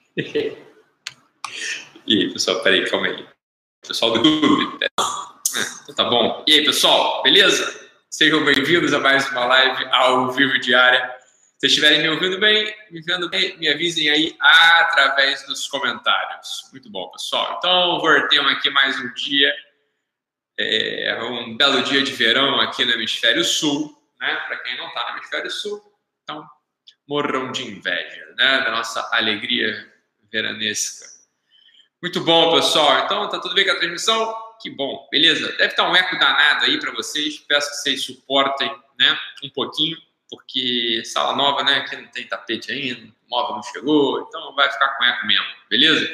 E aí, pessoal, peraí, calma aí. Pessoal do YouTube. Então tá bom. E aí, pessoal, beleza? Sejam bem-vindos a mais uma live ao vivo diária. Se estiverem me ouvindo bem, me vendo bem, me avisem aí através dos comentários. Muito bom, pessoal. Então, voltemos aqui mais um dia. Um belo dia de verão aqui no Hemisfério Sul, né? Para quem não está no Hemisfério Sul, então morram de inveja, né? Da nossa alegria veranesca. Muito bom, pessoal. Então, tá tudo bem com a transmissão? Que bom, beleza? Deve estar um eco danado aí para vocês. Peço que vocês suportem, né? Um pouquinho, porque sala nova, né? Aqui não tem tapete ainda, o móvel não chegou, então vai ficar com eco mesmo, beleza?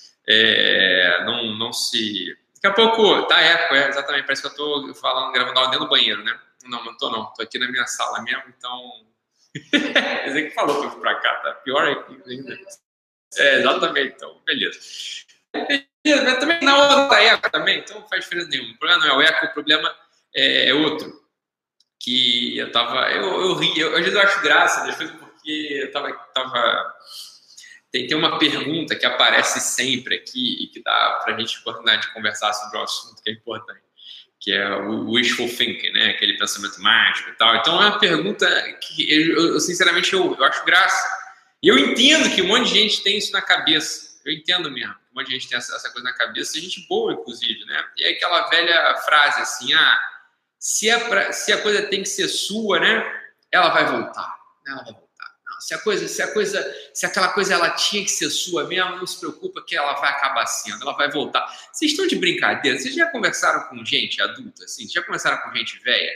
Não se... Daqui a pouco, tá eco, exatamente, parece que eu tô falando, gravando áudio dentro do banheiro, né? Não tô não, tô aqui na minha sala mesmo, então... Esse que falou pra vir pra cá, tá? Pior aqui ainda. Exatamente, então, beleza. Beleza, também na outra eco também, então não faz diferença nenhuma. O problema não é o eco, o problema é outro. Que eu ri, hoje eu acho graça das coisas, porque eu tava tem uma pergunta que aparece sempre aqui e que dá pra gente oportunidade de conversar sobre um assunto que é importante, que é o wishful thinking, né? Aquele pensamento mágico e tal. Então é uma pergunta que eu sinceramente eu acho graça. E eu entendo que um monte de gente tem isso na cabeça. Eu entendo mesmo. Um monte de gente tem essa coisa na cabeça. Gente boa, inclusive, né? E é aquela velha frase assim, se a coisa tem que ser sua, né? Ela vai voltar. Ela vai voltar. Não, se aquela coisa ela tinha que ser sua mesmo, não se preocupa que ela vai acabar sendo, ela vai voltar. Vocês estão de brincadeira? Vocês já conversaram com gente adulta, assim? Já conversaram com gente velha?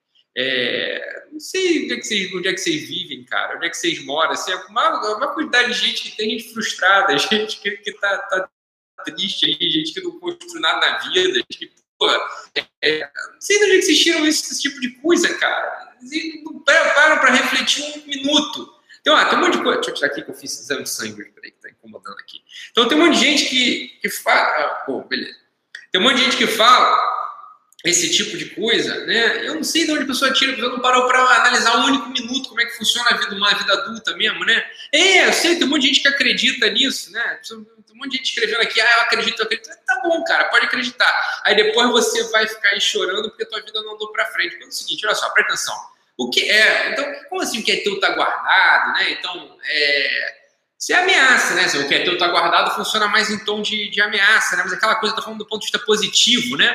Não sei onde é que vocês vivem, cara, onde é que vocês moram, assim, uma quantidade de gente que tem gente frustrada, gente que tá triste aí, gente que não construiu nada na vida, gente que, porra, não sei de onde é que vocês tiram esse tipo de coisa, cara. Não param pra refletir um minuto. Tem um monte de coisa, deixa eu tirar aqui que eu fiz exame de sangue, peraí, que tá incomodando aqui. Então tem um monte de gente que fala, beleza. Tem um monte de gente que fala esse tipo de coisa, né? Eu não sei de onde a pessoa tira, porque eu não parou para analisar um único minuto como é que funciona a vida, uma vida adulta mesmo, né? Eu sei, tem um monte de gente que acredita nisso, né? Tem um monte de gente escrevendo aqui, eu acredito. Tá bom, cara, pode acreditar. Aí depois você vai ficar aí chorando porque a tua vida não andou para frente. Porque é o seguinte, olha só, presta atenção. O que então, como assim o que é teu tá guardado, né? Então, se ameaça, né? O que é teu tá guardado funciona mais em tom de ameaça, né? Mas aquela coisa, tá falando do ponto de vista positivo, né?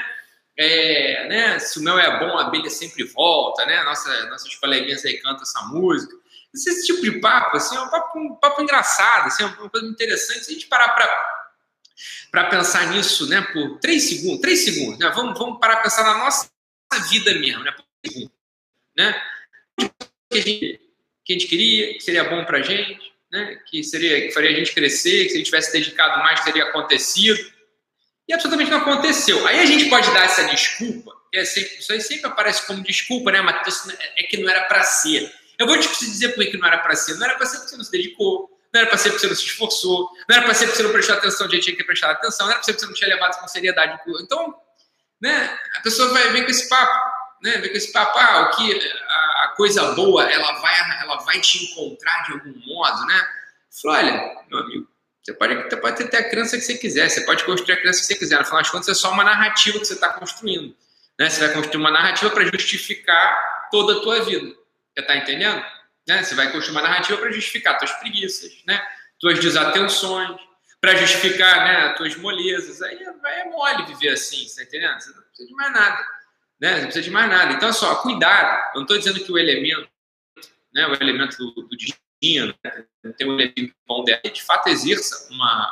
Né? Se o mel é bom, a abelha sempre volta, né? Nossas coleguinhas aí cantam essa música. Esse tipo de papo, assim, é um papo engraçado, assim, é uma coisa interessante. Se a gente parar para pensar nisso, né? Por 3 segundos, né? Vamos parar para pensar na nossa vida mesmo, né? Por 3 segundos, né? Que a gente queria, que seria bom para a gente, né? Que faria a gente crescer, que se a gente tivesse dedicado mais, teria acontecido. E absolutamente não aconteceu. Aí a gente pode dar essa desculpa, isso aí sempre aparece como desculpa, né? Mas isso é que não era para ser. Eu vou te dizer por que não era para ser. Não era para ser porque você não se dedicou, não era para ser porque você não se esforçou, não era para ser porque você não prestou atenção onde tinha que ter prestado atenção, não era para ser porque você não tinha levado com seriedade. Então, né? A pessoa vem com esse papo, né? Vem com esse papo, a coisa boa, ela vai te encontrar de algum modo, né? Fala, olha, meu amigo, você pode ter a crença que você quiser, você pode construir a crença que você quiser. No final das contas, é só uma narrativa que você está construindo, né? Você vai construir uma narrativa para justificar toda a tua vida. Você está entendendo? Né? Você vai construir uma narrativa para justificar tuas preguiças, né? Tuas desatenções, para justificar, né, tuas molezas. Aí é mole viver assim, você está entendendo? Você não precisa de mais nada, né? Você não precisa de mais nada. Então, só, cuidado. Eu não estou dizendo que o elemento, né, o elemento do destino, né, tem um elemento bom dela, de fato exerça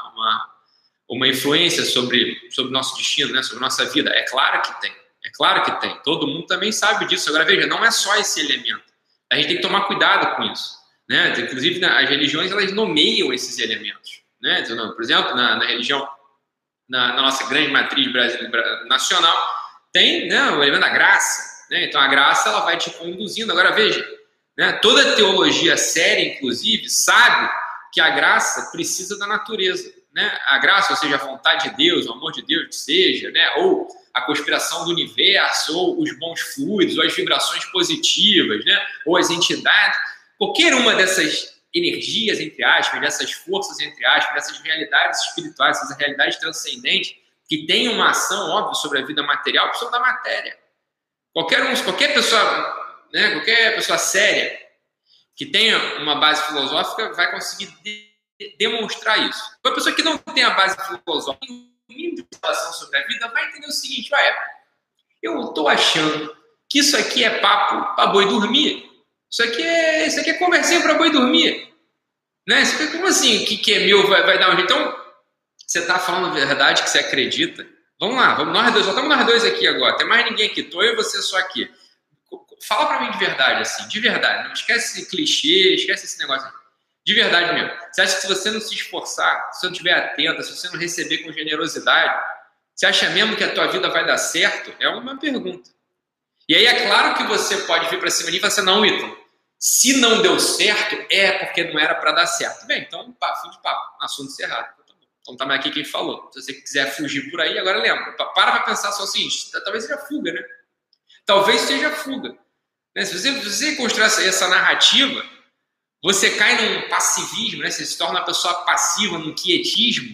uma influência sobre o nosso destino, né, sobre a nossa vida. É claro que tem. Todo mundo também sabe disso. Agora, veja, não é só esse elemento. A gente tem que tomar cuidado com isso, né? Inclusive, as religiões, elas nomeiam esses elementos, né? Então, por exemplo, na religião, na nossa grande matriz brasileira nacional, tem, né, o elemento da graça, né? Então, a graça, ela vai te conduzindo. Agora, veja, né, toda a teologia séria, inclusive, sabe que a graça precisa da natureza, né? A graça, ou seja, a vontade de Deus, o amor de Deus, que seja, né? Ou a conspiração do universo, ou os bons fluidos, ou as vibrações positivas, né? Ou as entidades. Qualquer uma dessas energias, entre aspas, dessas forças, entre aspas, dessas realidades espirituais, essas realidades transcendentes, que têm uma ação, óbvio, sobre a vida material, sobre a matéria. Qualquer pessoa, né, qualquer pessoa séria que tenha uma base filosófica vai conseguir demonstrar isso. A pessoa que não tem a base filosófica, mínimo de relação sobre a vida, vai entender o seguinte: olha, eu estou achando que isso aqui é papo para boi dormir. Isso aqui é conversinha para boi dormir. Né? Isso aqui, como assim? O que é meu vai dar um jeito? Então, você está falando a verdade que você acredita? Vamos lá, nós dois, só estamos nós dois aqui agora. Tem mais ninguém aqui, estou eu e você só aqui. Fala para mim de verdade, assim, de verdade. Não esquece esse clichê, esquece esse negócio. De verdade mesmo. Você acha que se você não se esforçar, se você não estiver atenta, se você não receber com generosidade, você acha mesmo que a tua vida vai dar certo? É uma pergunta. E aí é claro que você pode vir para cima de mim e falar assim: não, Ítalo, se não deu certo, é porque não era para dar certo. Bem, então, fim de papo, assunto encerrado. Então tá mais aqui quem falou. Se você quiser fugir por aí, agora lembra. Para pensar só o seguinte: talvez seja fuga, né? Talvez seja fuga. Né? Se você construir essa narrativa, você cai num passivismo, né? Você se torna uma pessoa passiva, num quietismo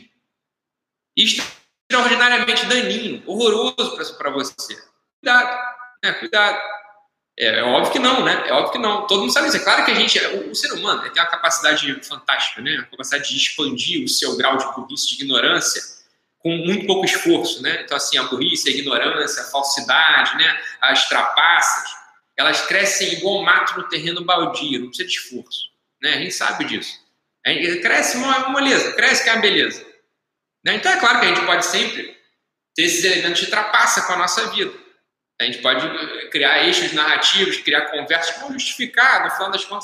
extraordinariamente daninho, horroroso para você. Cuidado, né? Cuidado. É óbvio que não, né? É óbvio que não. Todo mundo sabe isso. É claro que o ser humano tem uma capacidade fantástica, né? A capacidade de expandir o seu grau de burrice, de ignorância, com muito pouco esforço, né? Então, assim, a burrice, a ignorância, a falsidade, né? As trapaças, elas crescem igual mato no terreno baldio, não precisa de esforço, né? A gente sabe disso. Cresce uma moleza, cresce que é uma beleza. Né? Então, é claro que a gente pode sempre ter esses elementos de trapaça com a nossa vida. A gente pode criar eixos narrativos, criar conversas que vão justificar, no final das contas,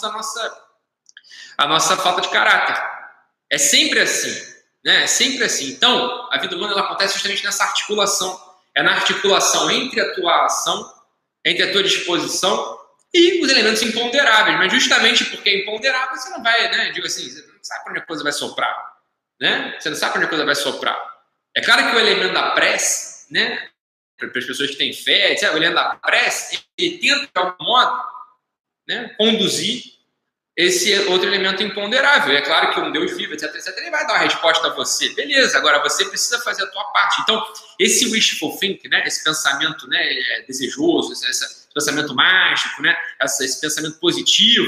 a nossa falta de caráter. É sempre assim. Né? É sempre assim. Então, a vida humana ela acontece justamente nessa articulação. É na articulação entre a tua ação, entre a tua disposição e os elementos imponderáveis. Mas justamente porque é imponderável, você não vai, né? Digo assim, você não sabe para onde a coisa vai soprar. Né? Você não sabe para onde a coisa vai soprar. É claro que o elemento da prece, né? Para as pessoas que têm fé, etc., o elemento da prece, ele tenta, de algum modo, né, conduzir esse outro elemento imponderável. É claro que um Deus vivo, etc., ele vai dar uma resposta a você. Beleza, agora você precisa fazer a tua parte. Então, esse wishful thinking, né, esse pensamento, né, desejoso, esse pensamento mágico, né, esse pensamento positivo,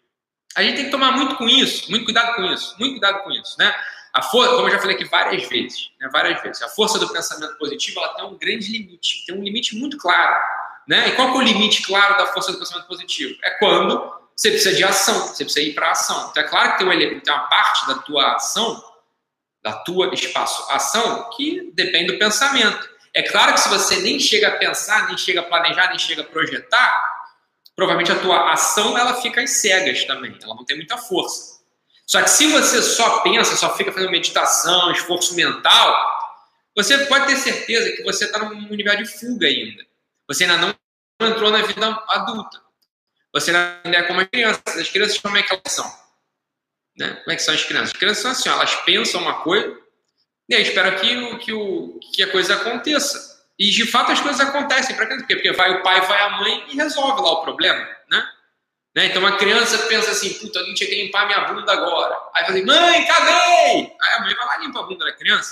a gente tem que tomar muito com isso, muito cuidado com isso, muito cuidado com isso, né? A força, como eu já falei aqui várias vezes, a força do pensamento positivo ela tem um grande limite, tem um limite muito claro. Né? E qual que é o limite claro da força do pensamento positivo? É quando você precisa de ação, você precisa ir para a ação. Então é claro que tem uma parte da tua ação, da tua espaço-ação, que depende do pensamento. É claro que se você nem chega a pensar, nem chega a planejar, nem chega a projetar, provavelmente a tua ação ela fica às cegas também, ela não tem muita força. Só que se você só pensa, só fica fazendo meditação, esforço mental, você pode ter certeza que você está num nível de fuga ainda. Você ainda não entrou na vida adulta. Você ainda é como as crianças. As crianças como é que elas são? Né? Como é que são as crianças? As crianças são assim, elas pensam uma coisa e aí esperam que a coisa aconteça. E de fato as coisas acontecem. Para quê? Porque vai o pai, vai a mãe e resolve lá o problema, né? Então a criança pensa assim, puta, alguém tinha que limpar minha bunda agora. Aí fala assim, mãe, acabei! Aí a mãe vai lá e limpa a bunda da criança.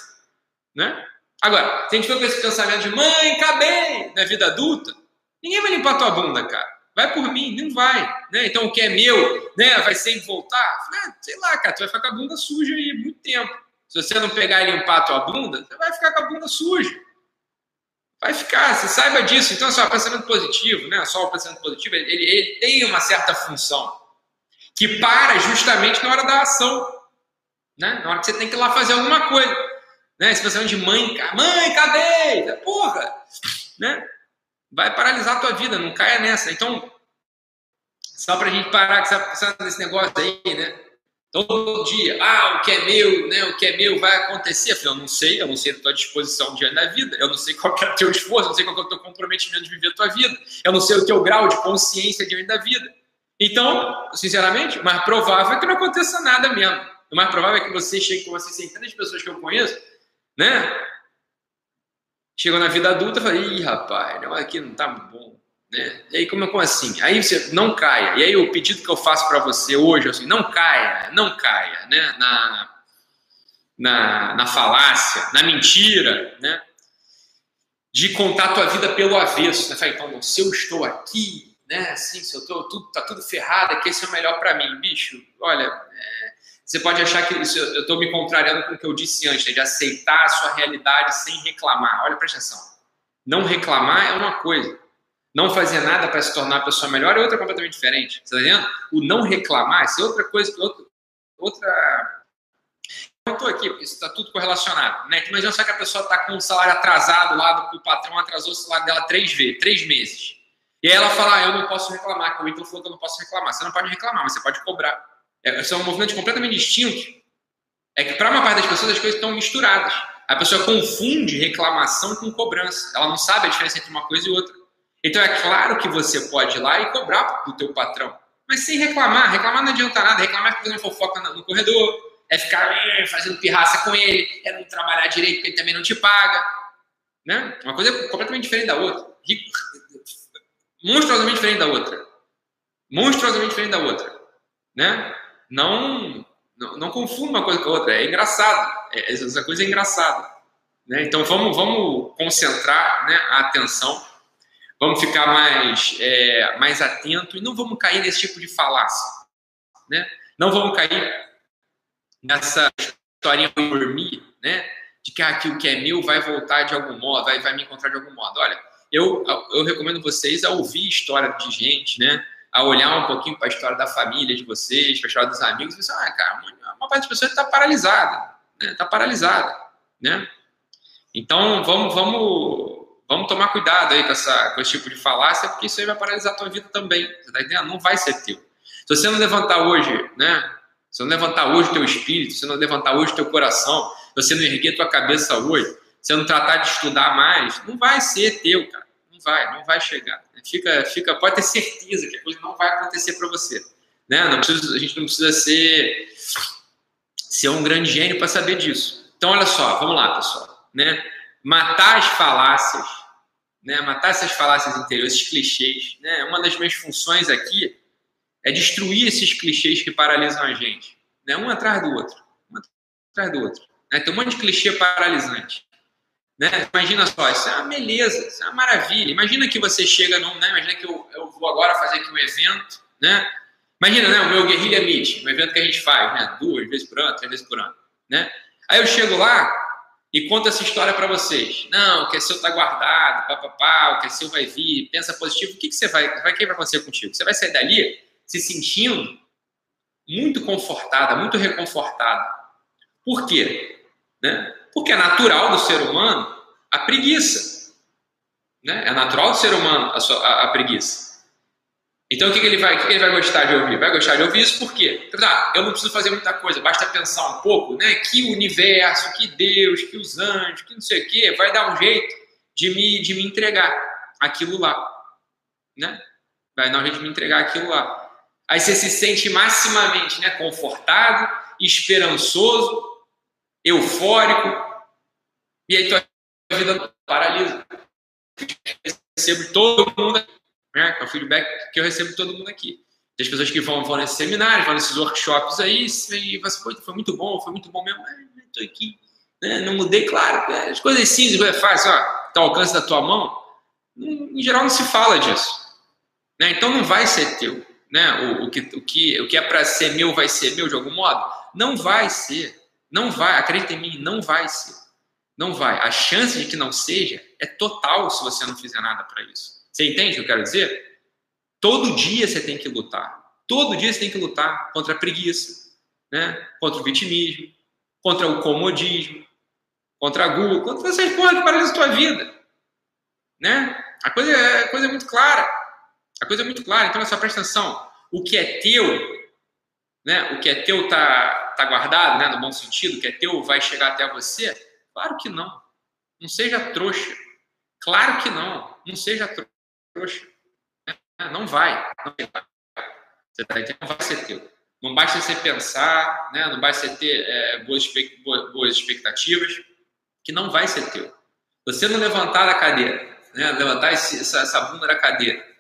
Né? Agora, se a gente for com esse pensamento de mãe, acabei, na vida adulta, ninguém vai limpar a tua bunda, cara. Vai por mim, não vai. Né? Então o que é meu, né, vai sempre voltar. Sei lá, cara, tu vai ficar com a bunda suja aí muito tempo. Se você não pegar e limpar a tua bunda, você vai ficar com a bunda suja. Vai ficar, você saiba disso. Então, só o pensamento positivo, né? Só o pensamento positivo, ele tem uma certa função que para justamente na hora da ação, né? Na hora que você tem que ir lá fazer alguma coisa, né? Esse pensamento de mãe, cadê? Porra, né? Vai paralisar a tua vida, não caia nessa. Então, só pra gente parar que você tá pensando nesse negócio aí, né? Todo dia, o que é meu, né? O que é meu vai acontecer. Eu não sei a tua disposição diante da vida, eu não sei qual que é o teu esforço, eu não sei qual que é o teu comprometimento de viver a tua vida, eu não sei o teu grau de consciência diante da vida. Então, sinceramente, o mais provável é que não aconteça nada mesmo. O mais provável é que você chegue com essas centenas de pessoas que eu conheço, né? Chegam na vida adulta e falam, ih, rapaz, aqui não tá bom. Né? E aí, como assim? Aí você não caia. E aí o pedido que eu faço para você hoje é assim, não caia, né? Na falácia, na mentira, né? De contar a tua vida pelo avesso. Né? Então, se eu estou aqui, né? Assim, se eu tô, tá tudo ferrado, que esse é o melhor para mim. Bicho, olha, você pode achar que isso, eu estou me contrariando com o que eu disse antes, né? De aceitar a sua realidade sem reclamar. Olha, presta atenção. Não reclamar é uma coisa. Não fazer nada para se tornar a pessoa melhor é outra completamente diferente. Você está entendendo? O não reclamar, isso é outra coisa, outra... Eu estou aqui, porque isso está tudo correlacionado. Né? Imagina só que a pessoa está com um salário atrasado lá, o patrão atrasou o salário dela 3 meses. E aí ela fala, eu não posso reclamar, que o Ítalo falou que eu não posso reclamar. Você não pode reclamar, mas você pode cobrar. Esse é um movimento completamente distinto. É que para uma parte das pessoas as coisas estão misturadas. A pessoa confunde reclamação com cobrança. Ela não sabe a diferença entre uma coisa e outra. Então é claro que você pode ir lá e cobrar do teu patrão. Mas sem reclamar. Reclamar não adianta nada. Reclamar é fazendo fofoca no corredor. É ficar fazendo pirraça com ele, é não trabalhar direito porque ele também não te paga. Né? Uma coisa é completamente diferente da outra. Monstruosamente diferente da outra. Monstruosamente diferente da outra. Né? Não confunda uma coisa com a outra. É engraçado. Essa coisa é engraçada. Né? Então vamos concentrar, né, a atenção. Vamos ficar mais atento e não vamos cair nesse tipo de falácia. Né? Não vamos cair nessa historinha de dormir, né? De que aquilo que é meu vai voltar de algum modo, vai me encontrar de algum modo. Olha, eu recomendo vocês a ouvir história de gente, né? A olhar um pouquinho para a história da família de vocês, para a história dos amigos, e pensar, cara, uma parte das pessoas está paralisada, né? Está paralisada, né? Então, vamos tomar cuidado aí com esse tipo de falácia, porque isso aí vai paralisar a tua vida também. Você tá entendendo? Não vai ser teu. Se você não levantar hoje, né? Se você não levantar hoje o teu espírito, se você não levantar hoje o teu coração, se você não erguer a tua cabeça hoje, se você não tratar de estudar mais, não vai ser teu, cara. Não vai chegar. Pode ter certeza que a coisa não vai acontecer para você. Né? A gente não precisa ser um grande gênio para saber disso. Então, olha só, vamos lá, pessoal. Né? Matar as falácias, né? Matar essas falácias interiores, esses clichês. Né? Uma das minhas funções aqui é destruir esses clichês que paralisam a gente. Né? Um atrás do outro. Né? Tem um monte de clichê paralisante. Né? Imagina só, isso é uma beleza, isso é uma maravilha. Imagina que você chega né? Imagina que eu vou agora fazer aqui um evento. Né? Imagina, né? O meu Guerrilha Meet, um evento que a gente faz, né? 2 vezes por ano, 3 vezes por ano. Né? Aí eu chego lá e conto essa história para vocês. Não, o que é seu está guardado, papapá, o que é seu vai vir, pensa positivo. O que que vai acontecer contigo? Você vai sair dali se sentindo muito confortada, muito reconfortada. Por quê? Né? Porque é natural do ser humano a preguiça. Né? É natural do ser humano a preguiça. Então o que ele vai gostar de ouvir? Vai gostar de ouvir isso por quê? Eu não preciso fazer muita coisa, basta pensar um pouco, né? Que o universo, que Deus, que os anjos, que não sei o quê, vai dar um jeito de me entregar aquilo lá. Né? Vai dar um jeito de me entregar aquilo lá. Aí você se sente maximamente, né, confortado, esperançoso, eufórico, e aí tua vida paralisa. Eu recebo todo mundo, né, é o feedback que eu recebo de todo mundo aqui. Tem as pessoas que vão nesses seminários, vão nesses workshops aí, e você, foi muito bom mesmo, estou aqui, né, não mudei, claro, as coisas simples, coisas fáceis, está ao alcance da tua mão, em geral não se fala disso. Né? Então não vai ser teu. Né? O que é para ser meu vai ser meu de algum modo? Não vai ser. Não vai. Acredita em mim, não vai ser. Não vai. A chance de que não seja é total se você não fizer nada para isso. Você entende o que eu quero dizer? Todo dia você tem que lutar. Todo dia você tem que lutar contra a preguiça, né? Contra o vitimismo, contra o comodismo, contra a gula, contra essas coisas que paralisam a tua vida. Né? A coisa é muito clara. A coisa é muito clara, então só presta atenção. O que é teu, né? O que é teu tá guardado, né? No bom sentido, o que é teu vai chegar até você? Claro que não. Não seja trouxa. Claro que não. Não seja trouxa. Não vai. Você tá entendendo? Não vai ser teu. Não basta você pensar, né? Não basta você ter boas expectativas, que não vai ser teu. Você não levantar da cadeira, né? Levantar essa bunda da cadeira,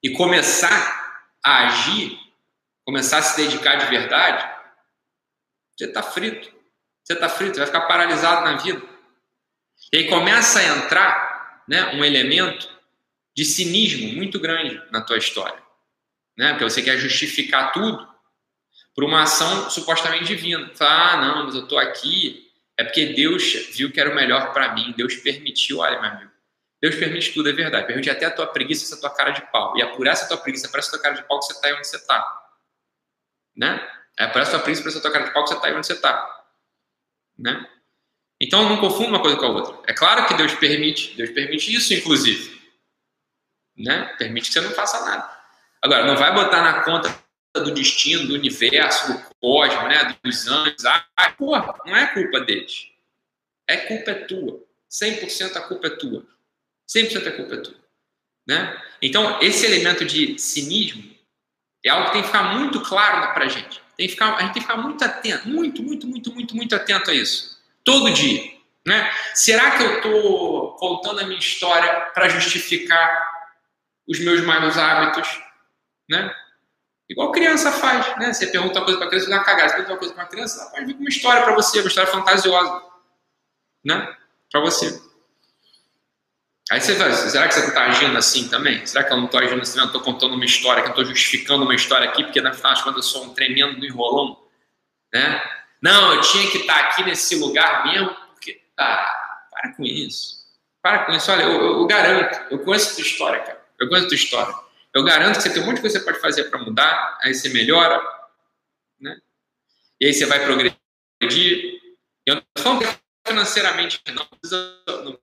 e começar a agir, começar a se dedicar de verdade, você está frito. Você está frito, vai ficar paralisado na vida. E aí começa a entrar, né, um elemento de cinismo muito grande na tua história. Né? Porque você quer justificar tudo por uma ação supostamente divina. Fala, não, mas eu estou aqui, é porque Deus viu que era o melhor para mim, Deus permitiu, olha, meu amigo, Deus permite tudo, é verdade, permite até a tua preguiça, essa tua cara de pau, e é por essa tua preguiça, por essa tua cara de pau que você está aí onde você está. Né? É por essa tua preguiça, por essa tua cara de pau que você está aí onde você está. Né? Então não confunda uma coisa com a outra. É claro que Deus permite isso, inclusive. Né? Permite que você não faça nada. Agora, não vai botar na conta do destino, do universo, do cosmos, né? Dos anjos. Porra, não é culpa deles. Culpa é tua. 100% a culpa é tua. 100% a culpa é tua. Né? Então, esse elemento de cinismo é algo que tem que ficar muito claro pra gente. A gente tem que ficar muito atento, muito atento a isso. Todo dia. Né? Será que eu estou contando a minha história para justificar os meus maus hábitos? Né? Igual criança faz. Né? Você pergunta uma coisa para a criança, ela cagar. Você pergunta uma coisa para a criança, ela pode vir com uma história para você, uma história fantasiosa. Né? Para você. Aí você vai, será que você está agindo assim também? Será que eu não estou agindo assim? Eu estou contando uma história, que eu estou justificando uma história aqui, porque na final das contas eu sou um tremendo enrolão? Né? Não, eu tinha que estar aqui nesse lugar mesmo, porque... para com isso. Para com isso. Olha, eu garanto, eu conheço a tua história, cara. Eu conheço a tua história. Eu garanto que você tem um monte de coisa que você pode fazer para mudar, aí você melhora, né? E aí você vai progredir. Eu não estou falando financeiramente, não precisa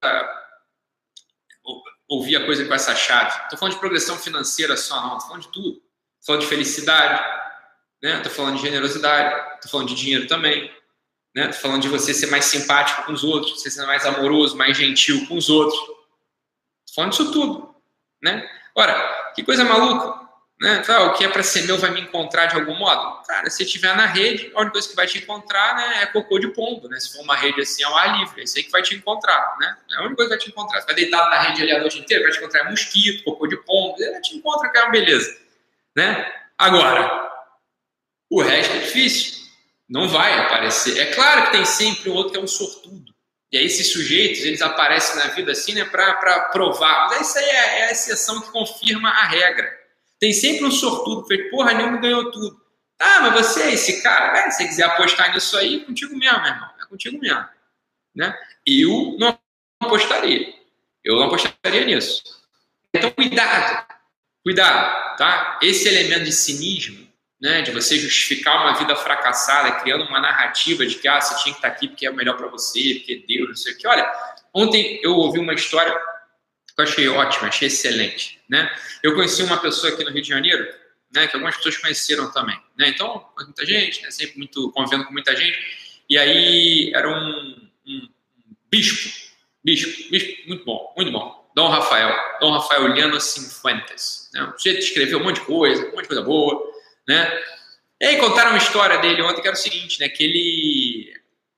ouvir a coisa com essa chave. Estou falando de progressão financeira só, não. Estou falando de tudo. Estou falando de felicidade, né? Estou falando de generosidade, estou falando de dinheiro também. Né? Estou falando de você ser mais simpático com os outros, você ser mais amoroso, mais gentil com os outros. Estou falando disso tudo. Né? Ora, que coisa maluca. Né? O que é para ser meu vai me encontrar de algum modo? Cara, se estiver na rede, a única coisa que vai te encontrar, né, é cocô de pombo. Né? Se for uma rede assim ao ar livre, é isso aí que vai te encontrar. Né? É a única coisa que vai te encontrar. Você vai deitado na rede ali a noite inteira, vai te encontrar mosquito, cocô de pombo, ele te encontra, que é uma beleza. Né? Agora, o resto é difícil. Não vai aparecer. É claro que tem sempre um outro que é um sortudo. E aí esses sujeitos, eles aparecem na vida assim, né, para provar. Mas isso aí é a exceção que confirma a regra. Tem sempre um sortudo que fez, porra, nenhum ganhou tudo. Tá, mas você é esse cara. Se você quiser apostar nisso aí, é contigo mesmo, meu irmão. É contigo mesmo. Né? Eu não apostaria. Eu não apostaria nisso. Então, cuidado, tá? Esse elemento de cinismo, né, de você justificar uma vida fracassada, criando uma narrativa de que você tinha que estar aqui porque é o melhor para você, porque Deus, não sei o que. Olha, ontem eu ouvi uma história que eu achei ótima, achei excelente. Né? Eu conheci uma pessoa aqui no Rio de Janeiro, né, que algumas pessoas conheceram também. Né? Então, muita gente, né, sempre convivendo com muita gente. E aí era um bispo, muito bom. Dom Rafael Llano Cifuentes. Né? O sujeito escreveu um monte de coisa boa. Né? E aí contaram uma história dele ontem que era o seguinte, né, que ele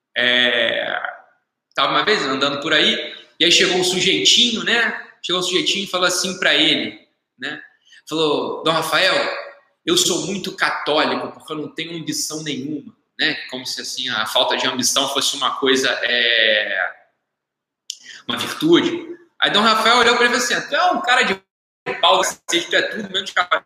estava uma vez andando por aí, e aí chegou um sujeitinho, né? E falou assim para ele, né? Falou, Dom Rafael, eu sou muito católico porque eu não tenho ambição nenhuma, né? Como se assim a falta de ambição fosse uma coisa, uma virtude. Aí Dom Rafael olhou para ele e falou assim, tu é um cara de pau, tu é tudo menos católico.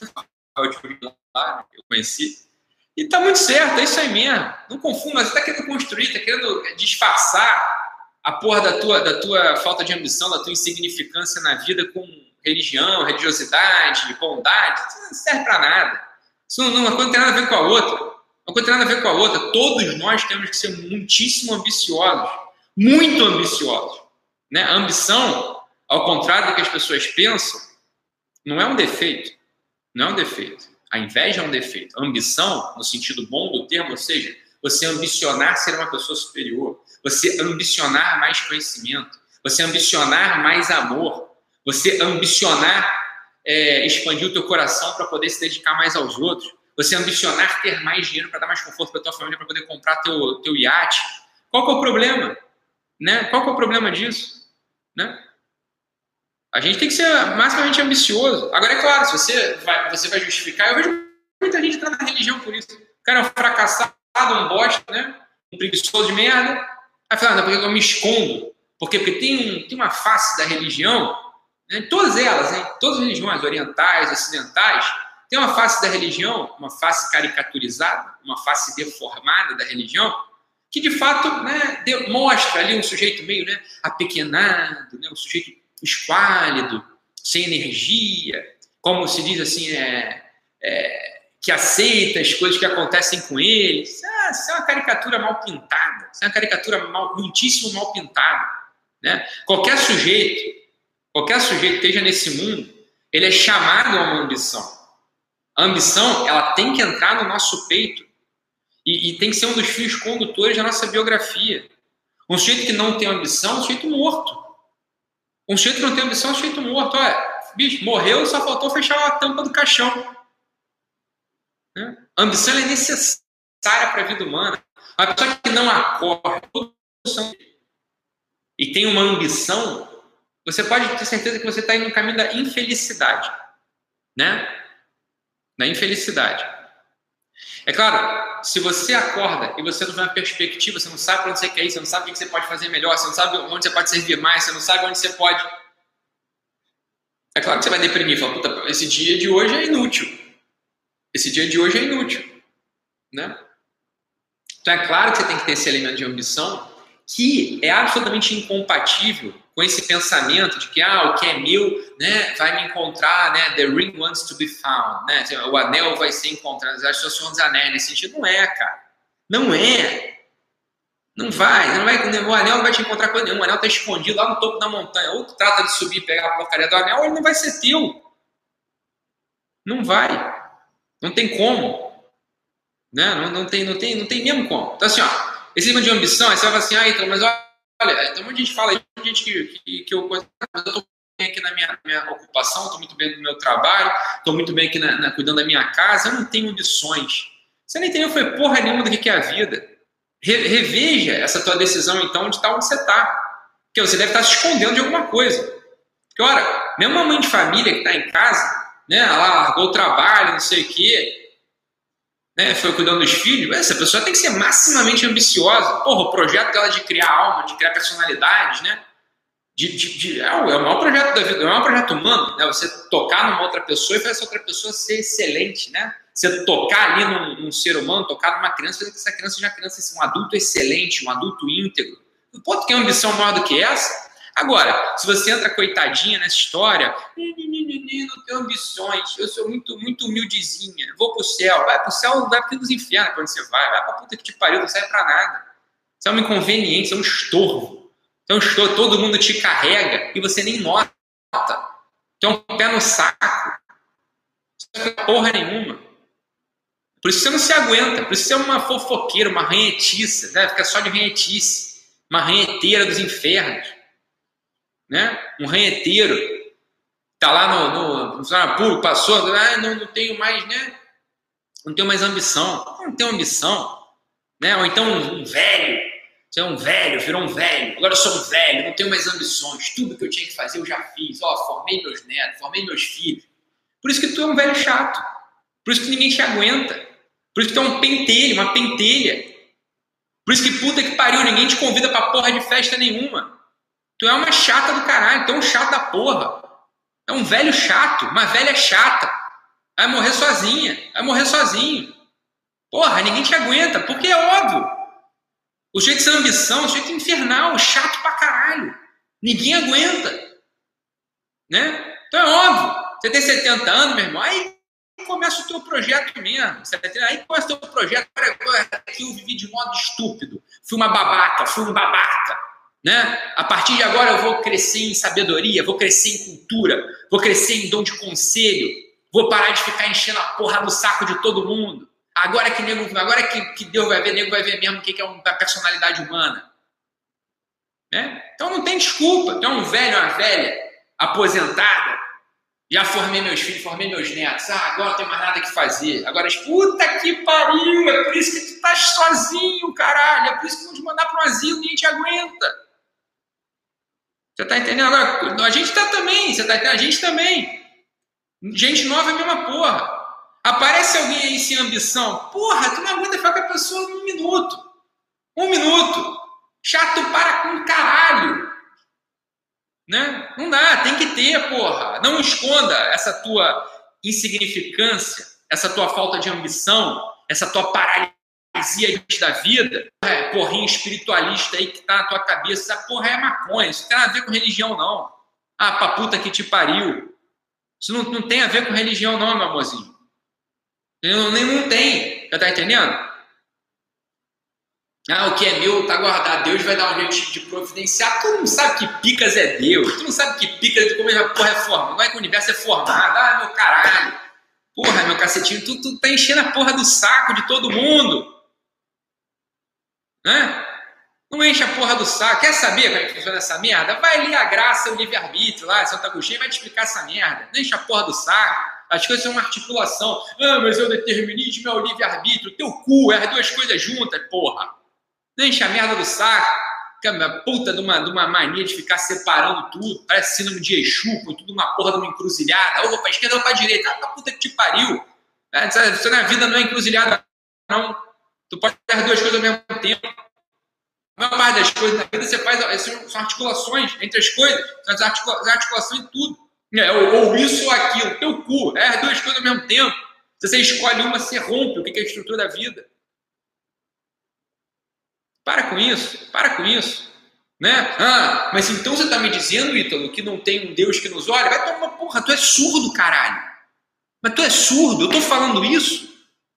Eu conheci. E tá muito certo, é isso aí mesmo. Não confunda, você tá querendo construir, tá querendo disfarçar a porra da tua falta de ambição, da tua insignificância na vida com religião, religiosidade, bondade. Isso não serve pra nada. Isso não tem nada a ver com a outra. Não tem nada a ver com a outra. Todos nós temos que ser muitíssimo ambiciosos. Muito ambiciosos. Né? A ambição, ao contrário do que as pessoas pensam, não é um defeito. Não é um defeito. A inveja é um defeito. A ambição, no sentido bom do termo, ou seja, você ambicionar ser uma pessoa superior, você ambicionar mais conhecimento, você ambicionar mais amor, você ambicionar expandir o teu coração para poder se dedicar mais aos outros, você ambicionar ter mais dinheiro para dar mais conforto para tua família, para poder comprar teu iate. Qual que é o problema? Né? Qual que é o problema disso? Né? A gente tem que ser maximamente ambicioso. Agora, é claro, se você vai justificar, eu vejo muita gente entrar na religião por isso. O cara é um fracassado, um bosta, né? Um preguiçoso de merda. Aí fala, não, por que eu me escondo? Por quê? Porque tem uma face da religião, né? Todas elas, né? Todas as religiões, orientais, ocidentais, tem uma face da religião, uma face caricaturizada, uma face deformada da religião, que de fato, né, mostra ali um sujeito meio, né, apequenado, né, um sujeito esquálido, sem energia, como se diz assim, que aceita as coisas que acontecem com ele. Isso é uma caricatura mal pintada, isso é uma caricatura muitíssimo mal pintada, né? Qualquer sujeito que esteja nesse mundo, ele é chamado a uma ambição. A ambição, ela tem que entrar no nosso peito e tem que ser um dos fios condutores da nossa biografia. Um sujeito que não tem ambição é um sujeito morto. Um sujeito que não tem ambição é um sujeito morto. Olha, bicho, morreu, só faltou fechar a tampa do caixão. Né? A ambição é necessária para a vida humana. A pessoa que não acorda e tem uma ambição, você pode ter certeza que você está indo no caminho da infelicidade. Né? Da infelicidade. É claro, se você acorda e você não vê uma perspectiva, você não sabe para onde você quer ir, você não sabe o que você pode fazer melhor, você não sabe onde você pode servir mais, você não sabe onde você pode... É claro que você vai deprimir, fala, puta, esse dia de hoje é inútil. Esse dia de hoje é inútil. Né? Então é claro que você tem que ter esse elemento de ambição que é absolutamente incompatível com esse pensamento de que o que é meu, né, vai me encontrar, né, the ring wants to be found, né, o anel vai ser encontrado, as pessoas são dos anéis nesse sentido. Não é, cara. Não é. Não vai, o anel não vai te encontrar coisa nenhuma, o anel está escondido lá no topo da montanha. Ou tu trata de subir e pegar a porcaria do anel, ou ele não vai ser teu. Não vai. Não tem como. Né? Não tem mesmo como. Então assim, esse nível de ambição, aí você vai falar assim, então, mas olha, tem muita gente que fala aí, gente que eu estou bem aqui na minha ocupação, estou muito bem no meu trabalho, estou muito bem aqui cuidando da minha casa, eu não tenho ambições. Você nem entendeu, foi porra nenhuma do que é a vida. Reveja essa tua decisão, então, de estar onde você está. Porque você deve estar se escondendo de alguma coisa. Porque, ora, mesmo uma mãe de família que está em casa, né, ela largou o trabalho, não sei o quê, né, foi cuidando dos filhos, essa pessoa tem que ser maximamente ambiciosa. Porra, o projeto dela de criar alma, de criar personalidades, né? É o maior projeto da vida, é o maior projeto humano, né? Você tocar numa outra pessoa e fazer essa outra pessoa ser excelente, né? Você tocar ali num ser humano, tocar numa criança, fazer que essa criança seja criança, um adulto excelente, um adulto íntegro. Pô, tu quer ambição maior do que essa? Agora, se você entra coitadinha nessa história, não tenho ambições, eu sou muito, muito humildezinha, vou pro céu, vai pro céu, vai pro dos infernos pra onde você vai pra puta que te pariu, não serve pra nada. Você é uma inconveniente, você é um estorvo. Você é um estorvo, todo mundo te carrega e você nem nota. Você é um pé no saco. Você não tem porra nenhuma. Por isso você não se aguenta, por isso você é uma fofoqueira, uma ranhetiça, né? Fica só de ranhetice, uma ranheteira dos infernos. Né? Um ranheteiro tá lá no público, passou, não tenho mais, né? Não tenho mais ambição. Não tenho ambição, né? Ou então um velho, você é um velho, virou um velho, agora eu sou um velho, não tenho mais ambições, tudo que eu tinha que fazer eu já fiz, formei meus netos, formei meus filhos. Por isso que tu é um velho chato, por isso que ninguém te aguenta, por isso que tu é um pentelho, uma pentelha, por isso que puta que pariu, ninguém te convida pra porra de festa nenhuma. Tu é uma chata do caralho, tu é um chato da porra. É um velho chato, uma velha chata. Vai morrer sozinha, vai morrer sozinho. Porra, ninguém te aguenta, porque é óbvio. O jeito sem ambição, o jeito infernal, chato pra caralho. Ninguém aguenta. Né? Então é óbvio. Você tem 70 anos, meu irmão, aí começa o teu projeto mesmo. Aí começa o teu projeto. Aqui eu vivi de modo estúpido. Fui uma babaca, fui um babaca. Né? A partir de agora eu vou crescer em sabedoria, vou crescer em cultura, vou crescer em dom de conselho, vou parar de ficar enchendo a porra no saco de todo mundo. Agora que Deus vai ver, nego vai ver mesmo o que é uma personalidade humana. Né? Então não tem desculpa. Tu é um velho, uma velha, aposentada, já formei meus filhos, formei meus netos, agora não tem mais nada que fazer. Agora, puta que pariu, é por isso que tu tá sozinho, caralho, é por isso que vão te mandar para um asilo, ninguém te aguenta. Você tá entendendo? Agora, a gente tá também, você tá entendendo? A gente também. Gente nova é a mesma porra. Aparece alguém aí sem ambição. Porra, tu não aguenta ficar com a pessoa um minuto. Um minuto. Chato para com caralho. Né? Não dá, tem que ter, porra. Não esconda essa tua insignificância, essa tua falta de ambição, essa tua paralisia diante da vida. Porrinho espiritualista aí que tá na tua cabeça. Essa porra é maconha. Isso não tem nada a ver com religião, não. Ah, pra puta que te pariu. Isso não tem a ver com religião, não, meu amorzinho. Não tem. Você tá entendendo? Ah, o que é meu tá guardado. Deus vai dar um jeito de providenciar. Tu não sabe que picas é Deus. Tu não sabe que picas de como a porra é formada. Não é que o universo é formado. Ah, meu caralho. Porra, meu cacetinho. Tu tá enchendo a porra do saco de todo mundo. Né? Não enche a porra do saco. Quer saber como é que funciona essa merda? Vai ler a graça, o livre-arbítrio lá, Santo Agostinho, vai te explicar essa merda. Não enche a porra do saco. As coisas são uma articulação. Ah, mas o determinismo é o livre-arbítrio. Teu cu, é as duas coisas juntas, porra. Não enche a merda do saco. A puta de uma mania de ficar separando tudo. Parece síndrome de Exu, com tudo uma porra de uma encruzilhada. Ou pra esquerda ou pra direita. Ah, pra puta que te pariu. Você na vida não é encruzilhada, não. Tu pode ter as duas coisas ao mesmo tempo. A maior parte das coisas na vida você faz, são articulações entre as coisas, as articulações de tudo. Ou isso ou aquilo, teu cu, as duas coisas ao mesmo tempo. Se você escolhe uma, você rompe o que é a estrutura da vida. Para com isso, para com isso. Né? Ah, mas então você está me dizendo, Ítalo, que não tem um Deus que nos olha? Vai tomar uma porra, tu é surdo, caralho. Mas tu é surdo, eu estou falando isso.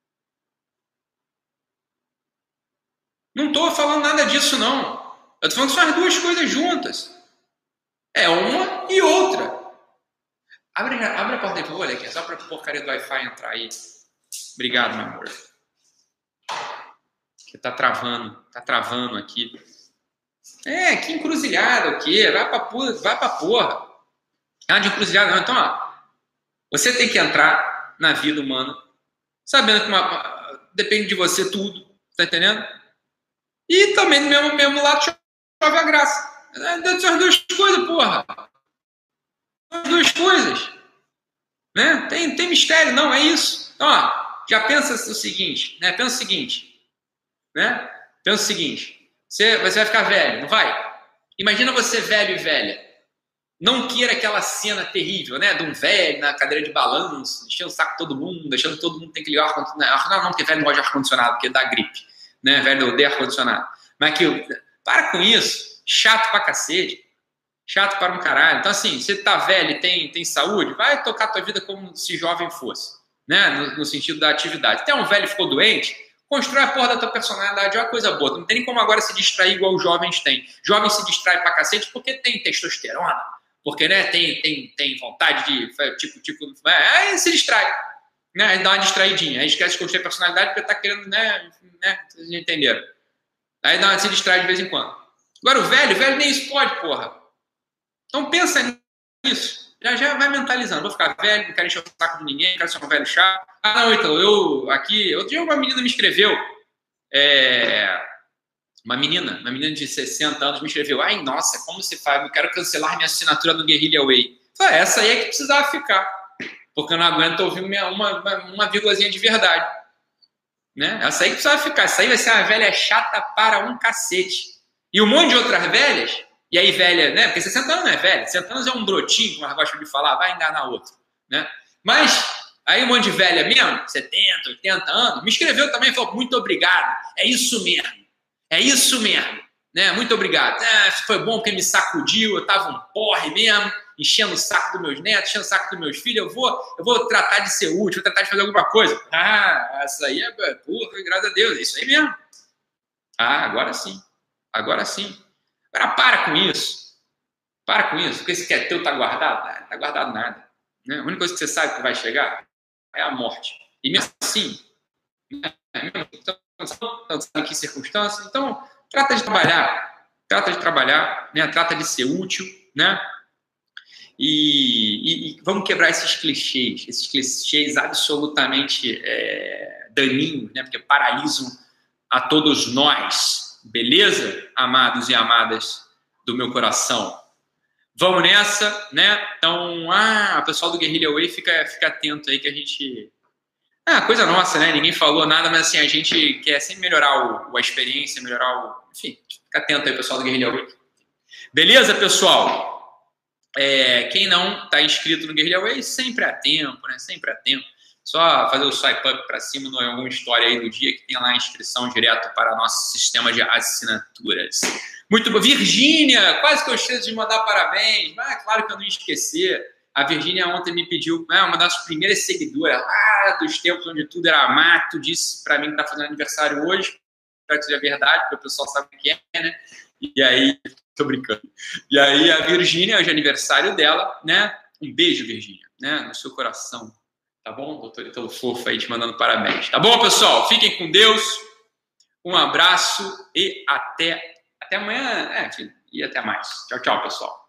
Não estou falando nada disso, não. Eu estou falando que são as duas coisas juntas. É uma e outra. Abre a porta aí, por favor, olha aqui. Só para a porcaria do Wi-Fi entrar aí. Obrigado, meu amor. Que tá travando aqui. Que encruzilhada, o quê? Vai pra porra. Ah, de encruzilhada não. Então, ó, você tem que entrar na vida humana, sabendo que depende de você tudo, tá entendendo? E também no mesmo lado chove a graça. São as duas coisas, porra. São as duas coisas. Né? Tem mistério, não, é isso. Então, ó, já pensa o seguinte, né? Pensa o seguinte, né? Pensa o seguinte, você vai ficar velho, não vai? Imagina você velho e velha. Não queira aquela cena terrível, né? De um velho na cadeira de balanço, enchendo o saco de todo mundo, deixando todo mundo tem que ligar o ar-condicionado. Não, porque velho não gosta de ar-condicionado, porque dá gripe. Né? Velho odeia ar-condicionado. Mas para com isso. Chato pra cacete. Chato para um caralho. Então, assim, você tá velho e tem saúde, vai tocar a tua vida como se jovem fosse. Né? No sentido da atividade. Até um velho ficou doente, constrói a porra da tua personalidade, é uma coisa boa. Não tem nem como agora se distrair igual os jovens têm. Jovens se distraem pra cacete porque tem testosterona, porque, né, tem vontade de aí se distrai, né, aí dá uma distraidinha, aí esquece de construir personalidade porque tá querendo, né, vocês entenderam, aí se distrai de vez em quando. Agora o velho nem isso pode, porra. Então pensa nisso, já vai mentalizando, vou ficar velho, não quero encher o saco de ninguém, quero ser um velho chato. Ah não, então, outro dia uma menina me escreveu, uma menina de 60 anos me escreveu, ai, nossa, como se faz? Eu quero cancelar minha assinatura no Guerrilla Way. Falei, essa aí é que precisava ficar, porque eu não aguento ouvir uma vírgulazinha de verdade. Né? Essa aí que precisava ficar, essa aí vai ser uma velha chata para um cacete. E um monte de outras velhas, e aí velha, né? Porque 60 anos não é velha, 60 anos é um brotinho, como ela gosta de falar, vai enganar outro. Né? Mas aí um monte de velha mesmo, 70, 80 anos, me escreveu também, falou, muito obrigado, é isso mesmo, né? Muito obrigado. Foi bom porque me sacudiu, eu tava um porre mesmo, enchendo o saco dos meus netos, enchendo o saco dos meus filhos, eu vou tratar de ser útil, vou tratar de fazer alguma coisa. Ah, essa aí porra, graças a Deus, é isso aí mesmo. Ah, agora sim. Agora para com isso, porque esse que é teu tá guardado? Não tá guardado nada. Né? A única coisa que você sabe que vai chegar é a morte. E mesmo assim, então, sabe que circunstâncias? Então, trata de trabalhar, né? Trata de ser útil, né? E vamos quebrar esses clichês absolutamente daninhos, né? Porque paralisam a todos nós, beleza, amados e amadas do meu coração? Vamos nessa, né? Então, o pessoal do Guerrilla Way fica atento aí que a gente... coisa nossa, né? Ninguém falou nada, mas assim, a gente quer sempre melhorar a experiência, Enfim, fica atento aí, pessoal do Guerrilla Way. Beleza, pessoal? Quem não está inscrito no Guerrilla Way, sempre há tempo, né? Sempre há tempo. Só fazer o swipe up para cima em alguma história aí do dia que tem lá a inscrição direto para nosso sistema de assinaturas. Muito bom. Virgínia, quase que eu esqueço de mandar parabéns. Claro que eu não ia esquecer. A Virgínia ontem me pediu, uma das primeiras seguidoras lá dos tempos onde tudo era mato, disse para mim que está fazendo aniversário hoje. Espero que seja verdade, porque o pessoal sabe o que é, né? E aí, tô brincando. E aí a Virgínia, hoje é aniversário dela, né? Um beijo, Virgínia, né? No seu coração. Tá bom? Doutor Ítalo Fofo aí te mandando parabéns. Tá bom, pessoal? Fiquem com Deus. Um abraço e até amanhã. E até mais. Tchau, tchau, pessoal.